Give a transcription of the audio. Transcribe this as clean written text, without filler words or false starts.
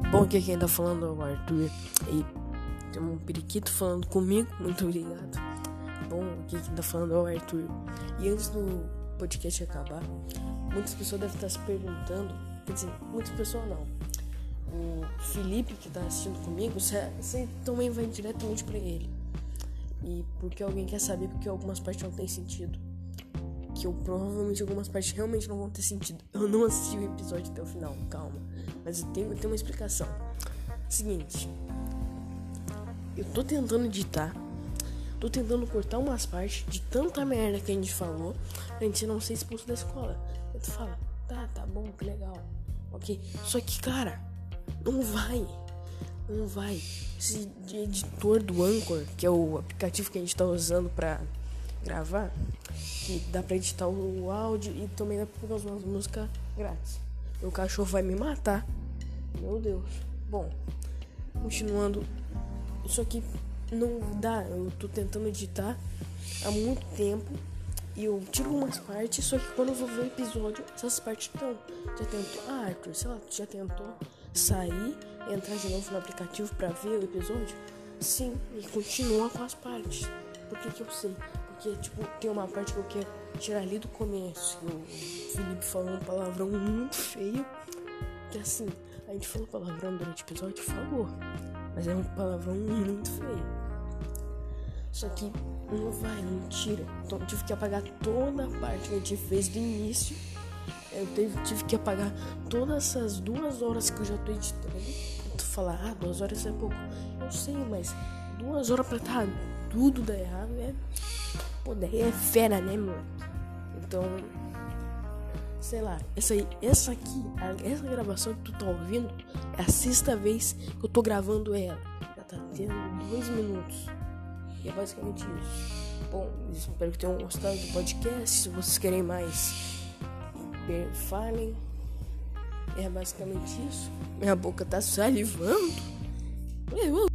Bom, aqui quem tá falando é o Arthur. E tem um periquito falando comigo. Muito obrigado. Bom, aqui quem tá falando é o Arthur. E antes do podcast acabar, muitas pessoas devem estar se perguntando. Quer dizer, muitas pessoas não. O Felipe que tá assistindo comigo, você também vai diretamente pra ele. E porque alguém quer saber, porque algumas partes não tem sentido. Que eu provavelmente algumas partes realmente não vão ter sentido. Eu não assisti o episódio até o final, calma. Mas tem uma explicação. Seguinte, eu tô tentando editar, tô tentando cortar umas partes de tanta merda que a gente falou pra gente não ser expulso da escola. Aí tu fala, tá bom, que legal, ok. Só que, cara, não vai. Esse editor do Anchor, que é o aplicativo que a gente tá usando pra gravar, que dá pra editar o áudio e também dá pra pegar umas músicas grátis. Meu cachorro vai me matar. Meu Deus. Bom, continuando. Isso aqui não dá. Eu tô tentando editar há muito tempo e eu tiro umas partes, só que quando eu vou ver o episódio, essas partes estão. Já tentou? Arthur, sei lá, tu já tentou sair e entrar de novo no aplicativo pra ver o episódio? Sim, e continua com as partes. Por que eu sei? Porque, tem uma parte que eu quero tirar ali do começo. O Felipe falou um palavrão muito feio. Que assim, a gente falou palavrão durante o episódio, falou. Mas é um palavrão muito feio. Só que não tira. Então eu tive que apagar toda a parte que a gente fez do início. Eu tive que apagar todas essas 2 horas que eu já tô editando. Tu falar, 2 horas é pouco. Eu sei, mas 2 horas pra tudo dar errado pô, daí é fera, né, meu? Então, sei lá, essa gravação que tu tá ouvindo é a 6ª vez que eu tô gravando ela. Já tá tendo 2 minutos. E é basicamente isso. Bom, espero que tenham gostado do podcast. Se vocês querem mais, falem. É basicamente isso. Minha boca tá salivando.